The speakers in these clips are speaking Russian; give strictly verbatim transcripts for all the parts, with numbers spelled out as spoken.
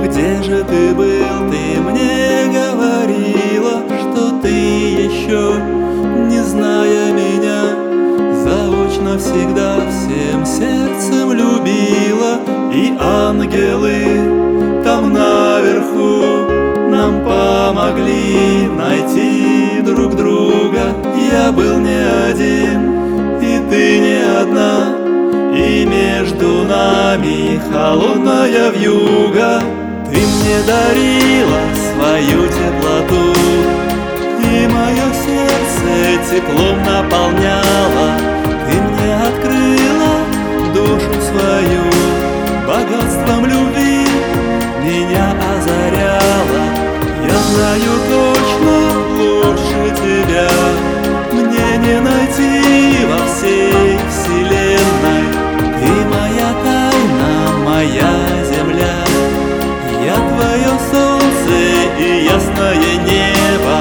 где же ты был? Ты мне говорила, что ты еще, не зная меня, заочно всегда всем сердцем любила. И ангелы там наверху нам помогли найти друг друга. Я был не один, и ты не одна, и между нами холодная вьюга. Ты мне дарила свою теплоту, и мое сердце теплом наполняла. Ты мне открыла душу свою, богатством любви меня озаряла. Я знаю точно, лучше тебя мне не найти во всей вселенной. Ты моя тайна, моя земля, я твое солнце и ясное небо.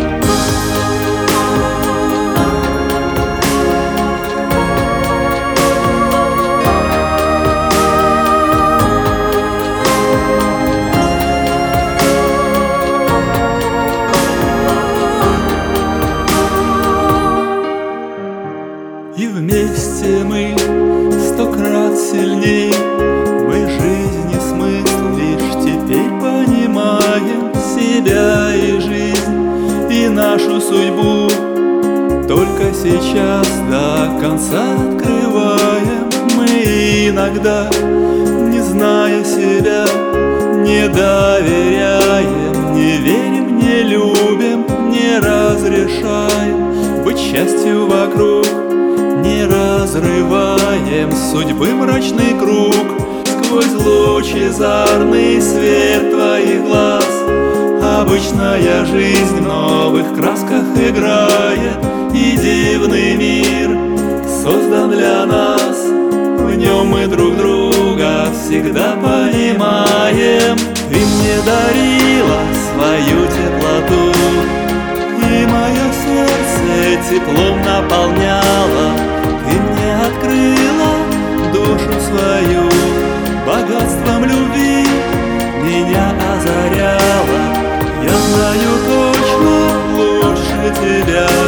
И вместе мы сто крат сильней, мы жизни смысл лишь теперь понимаем. Себя и жизнь, и нашу судьбу только сейчас до конца открываем. Мы иногда, не зная себя, не доверяем, не верим, не любим, не разрешаем быть счастью вокруг, не разрываем судьбы мрачный круг. Сквозь лучезарный свет твоих глаз обычная жизнь в новых красках играет. И дивный мир создан для нас, в нем мы друг друга всегда понимаем. Ты мне дарила свою теплоту, и мое сердце теплом наполняла. Ты мне открыла душу свою, богатством любви меня озаряла. Я знаю точно, лучше тебя